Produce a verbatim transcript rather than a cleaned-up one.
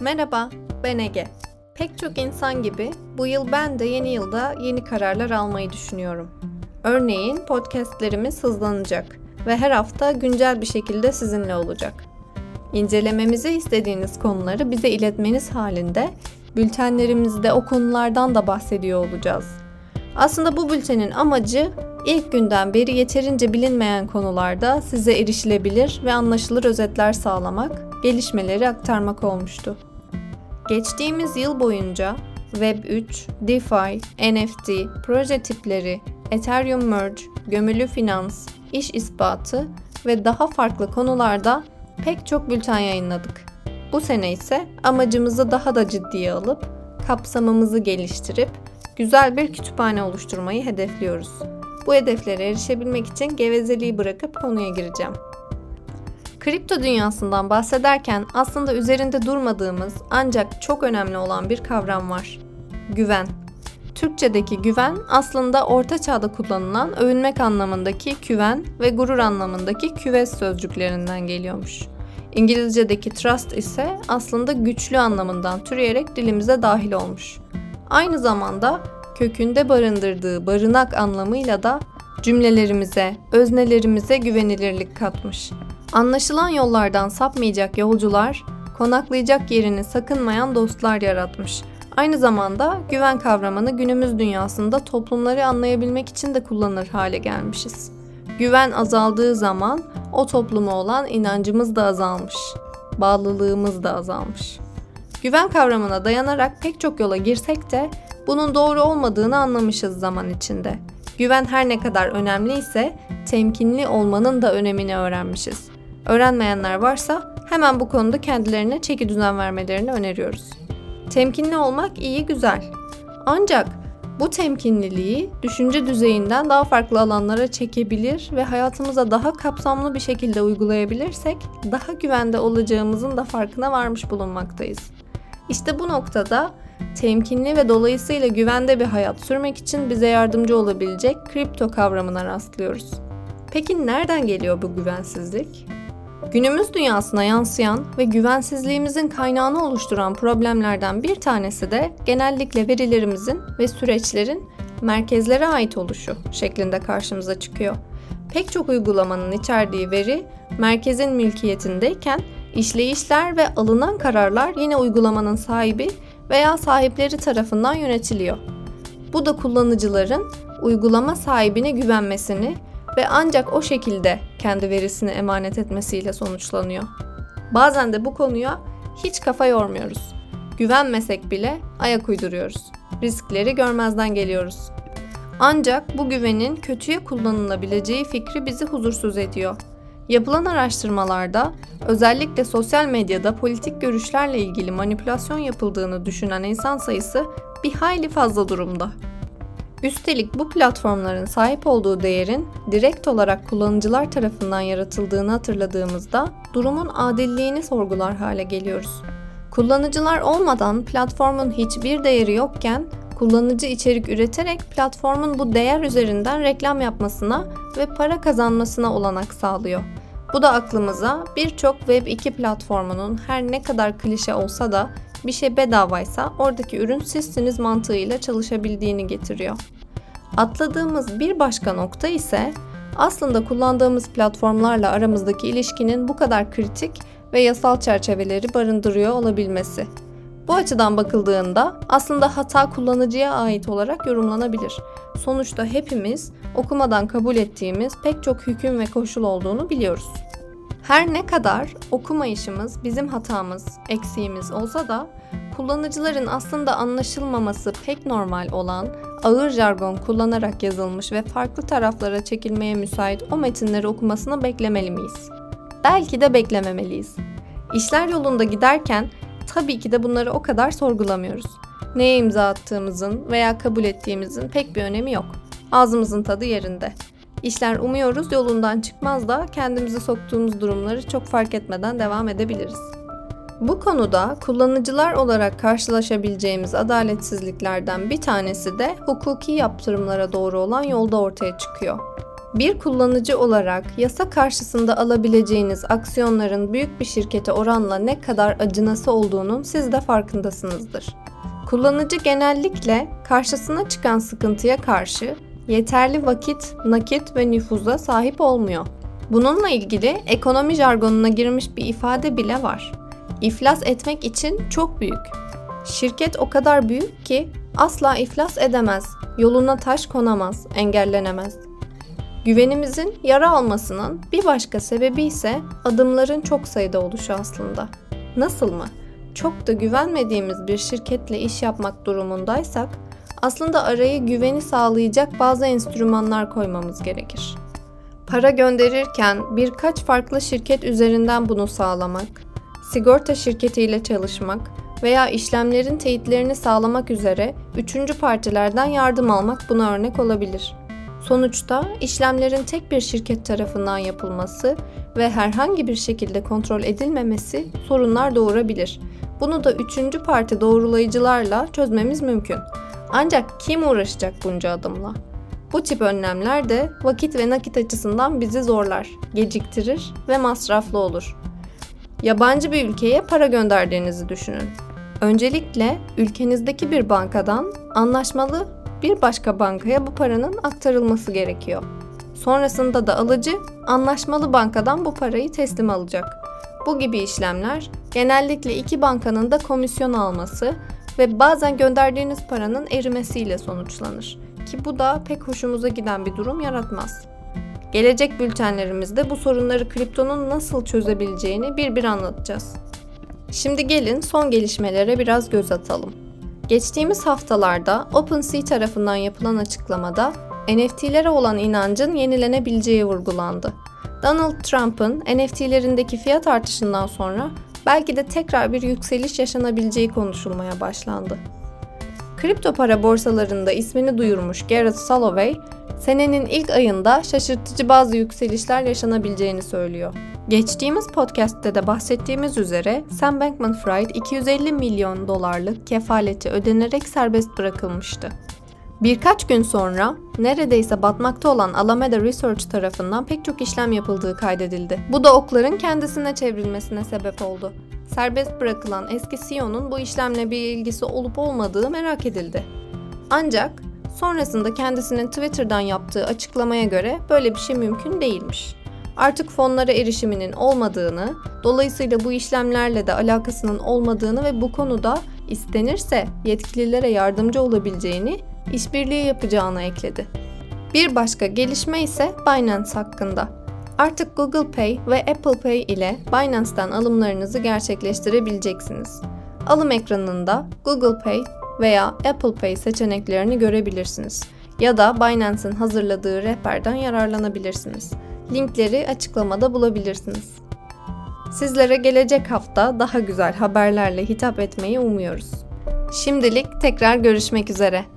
Merhaba, ben Ege. Pek çok insan gibi bu yıl ben de yeni yılda yeni kararlar almayı düşünüyorum. Örneğin podcastlerimiz hızlanacak ve her hafta güncel bir şekilde sizinle olacak. İncelememizi istediğiniz konuları bize iletmeniz halinde bültenlerimizde o konulardan da bahsediyor olacağız. Aslında bu bültenin amacı ilk günden beri yeterince bilinmeyen konularda size erişilebilir ve anlaşılır özetler sağlamak, gelişmeleri aktarmak olmuştu. Geçtiğimiz yıl boyunca Web üç, DeFi, N F T, proje tipleri, Ethereum Merge, gömülü finans, iş ispatı ve daha farklı konularda pek çok bülten yayınladık. Bu sene ise amacımızı daha da ciddiye alıp, kapsamımızı geliştirip, güzel bir kütüphane oluşturmayı hedefliyoruz. Bu hedeflere erişebilmek için gevezeliği bırakıp konuya gireceğim. Kripto dünyasından bahsederken aslında üzerinde durmadığımız ancak çok önemli olan bir kavram var. Güven. Türkçedeki güven aslında Orta Çağ'da kullanılan övünmek anlamındaki küven ve gurur anlamındaki küves sözcüklerinden geliyormuş. İngilizce'deki trust ise aslında güçlü anlamından türeyerek dilimize dahil olmuş. Aynı zamanda kökünde barındırdığı barınak anlamıyla da cümlelerimize, öznelerimize güvenilirlik katmış. Anlaşılan yollardan sapmayacak yolcular, konaklayacak yerini sakınmayan dostlar yaratmış. Aynı zamanda güven kavramını günümüz dünyasında toplumları anlayabilmek için de kullanır hale gelmişiz. Güven azaldığı zaman o topluma olan inancımız da azalmış, bağlılığımız da azalmış. Güven kavramına dayanarak pek çok yola girsek de bunun doğru olmadığını anlamışız zaman içinde. Güven her ne kadar önemliyse temkinli olmanın da önemini öğrenmişiz. Öğrenmeyenler varsa hemen bu konuda kendilerine çeki düzen vermelerini öneriyoruz. Temkinli olmak iyi, güzel. Ancak bu temkinliliği düşünce düzeyinden daha farklı alanlara çekebilir ve hayatımıza daha kapsamlı bir şekilde uygulayabilirsek daha güvende olacağımızın da farkına varmış bulunmaktayız. İşte bu noktada temkinli ve dolayısıyla güvende bir hayat sürmek için bize yardımcı olabilecek kripto kavramına rastlıyoruz. Peki nereden geliyor bu güvensizlik? Günümüz dünyasına yansıyan ve güvensizliğimizin kaynağını oluşturan problemlerden bir tanesi de genellikle verilerimizin ve süreçlerin merkezlere ait oluşu şeklinde karşımıza çıkıyor. Pek çok uygulamanın içerdiği veri merkezin mülkiyetindeyken işleyişler ve alınan kararlar yine uygulamanın sahibi veya sahipleri tarafından yönetiliyor. Bu da kullanıcıların uygulama sahibine güvenmesini ve ancak o şekilde kendi verisini emanet etmesiyle sonuçlanıyor. Bazen de bu konuya hiç kafa yormuyoruz. Güvenmesek bile ayak uyduruyoruz. Riskleri görmezden geliyoruz. Ancak bu güvenin kötüye kullanılabileceği fikri bizi huzursuz ediyor. Yapılan araştırmalarda özellikle sosyal medyada politik görüşlerle ilgili manipülasyon yapıldığını düşünen insan sayısı bir hayli fazla durumda. Üstelik bu platformların sahip olduğu değerin direkt olarak kullanıcılar tarafından yaratıldığını hatırladığımızda durumun adilliğini sorgular hale geliyoruz. Kullanıcılar olmadan platformun hiçbir değeri yokken kullanıcı içerik üreterek platformun bu değer üzerinden reklam yapmasına ve para kazanmasına olanak sağlıyor. Bu da aklımıza birçok Web iki platformunun her ne kadar klişe olsa da bir şey bedavaysa oradaki ürün sizsiniz mantığıyla çalışabildiğini getiriyor. Atladığımız bir başka nokta ise aslında kullandığımız platformlarla aramızdaki ilişkinin bu kadar kritik ve yasal çerçeveleri barındırıyor olabilmesi. Bu açıdan bakıldığında aslında hata kullanıcıya ait olarak yorumlanabilir. Sonuçta hepimiz okumadan kabul ettiğimiz pek çok hüküm ve koşul olduğunu biliyoruz. Her ne kadar okumayışımız bizim hatamız, eksiğimiz olsa da kullanıcıların aslında anlaşılmaması pek normal olan ağır jargon kullanarak yazılmış ve farklı taraflara çekilmeye müsait o metinleri okumasını beklemeli miyiz? Belki de beklememeliyiz. İşler yolunda giderken tabii ki de bunları o kadar sorgulamıyoruz. Neye imza attığımızın veya kabul ettiğimizin pek bir önemi yok. Ağzımızın tadı yerinde. İşler umuyoruz yolundan çıkmaz da kendimizi soktuğumuz durumları çok fark etmeden devam edebiliriz. Bu konuda kullanıcılar olarak karşılaşabileceğimiz adaletsizliklerden bir tanesi de hukuki yaptırımlara doğru olan yolda ortaya çıkıyor. Bir kullanıcı olarak yasa karşısında alabileceğiniz aksiyonların büyük bir şirkete oranla ne kadar acınası olduğunun siz de farkındasınızdır. Kullanıcı genellikle karşısına çıkan sıkıntıya karşı yeterli vakit, nakit ve nüfuza sahip olmuyor. Bununla ilgili ekonomi jargonuna girmiş bir ifade bile var. İflas etmek için çok büyük. Şirket o kadar büyük ki asla iflas edemez, yoluna taş konamaz, engellenemez. Güvenimizin yara almasının bir başka sebebi ise adımların çok sayıda oluşu aslında. Nasıl mı? Çok da güvenmediğimiz bir şirketle iş yapmak durumundaysak, aslında araya güveni sağlayacak bazı enstrümanlar koymamız gerekir. Para gönderirken birkaç farklı şirket üzerinden bunu sağlamak, sigorta şirketiyle çalışmak veya işlemlerin teyitlerini sağlamak üzere üçüncü partilerden yardım almak buna örnek olabilir. Sonuçta işlemlerin tek bir şirket tarafından yapılması ve herhangi bir şekilde kontrol edilmemesi sorunlar doğurabilir. Bunu da üçüncü parti doğrulayıcılarla çözmemiz mümkün. Ancak kim uğraşacak bunca adımla? Bu tip önlemler de vakit ve nakit açısından bizi zorlar, geciktirir ve masraflı olur. Yabancı bir ülkeye para gönderdiğinizi düşünün. Öncelikle ülkenizdeki bir bankadan anlaşmalı bir başka bankaya bu paranın aktarılması gerekiyor. Sonrasında da alıcı anlaşmalı bankadan bu parayı teslim alacak. Bu gibi işlemler genellikle iki bankanın da komisyon alması ve bazen gönderdiğiniz paranın erimesiyle sonuçlanır. Ki bu da pek hoşumuza giden bir durum yaratmaz. Gelecek bültenlerimizde bu sorunları kriptonun nasıl çözebileceğini bir bir anlatacağız. Şimdi gelin son gelişmelere biraz göz atalım. Geçtiğimiz haftalarda OpenSea tarafından yapılan açıklamada N F T'lere olan inancın yenilenebileceği vurgulandı. Donald Trump'ın N F T'lerindeki fiyat artışından sonra belki de tekrar bir yükseliş yaşanabileceği konuşulmaya başlandı. Kripto para borsalarında ismini duyurmuş Garrett Soloway, senenin ilk ayında şaşırtıcı bazı yükselişler yaşanabileceğini söylüyor. Geçtiğimiz podcast'te de bahsettiğimiz üzere Sam Bankman-Fried iki yüz elli milyon dolarlık kefaleti ödenerek serbest bırakılmıştı. Birkaç gün sonra neredeyse batmakta olan Alameda Research tarafından pek çok işlem yapıldığı kaydedildi. Bu da okların kendisine çevrilmesine sebep oldu. Serbest bırakılan eski C E O'nun bu işlemle bir ilgisi olup olmadığı merak edildi. Ancak sonrasında kendisinin Twitter'dan yaptığı açıklamaya göre böyle bir şey mümkün değilmiş. Artık fonlara erişiminin olmadığını, dolayısıyla bu işlemlerle de alakasının olmadığını ve bu konuda istenirse yetkililere yardımcı olabileceğini, işbirliği yapacağını ekledi. Bir başka gelişme ise Binance hakkında. Artık Google Pay ve Apple Pay ile Binance'ten alımlarınızı gerçekleştirebileceksiniz. Alım ekranında Google Pay veya Apple Pay seçeneklerini görebilirsiniz ya da Binance'ın hazırladığı rehberden yararlanabilirsiniz. Linkleri açıklamada bulabilirsiniz. Sizlere gelecek hafta daha güzel haberlerle hitap etmeyi umuyoruz. Şimdilik tekrar görüşmek üzere.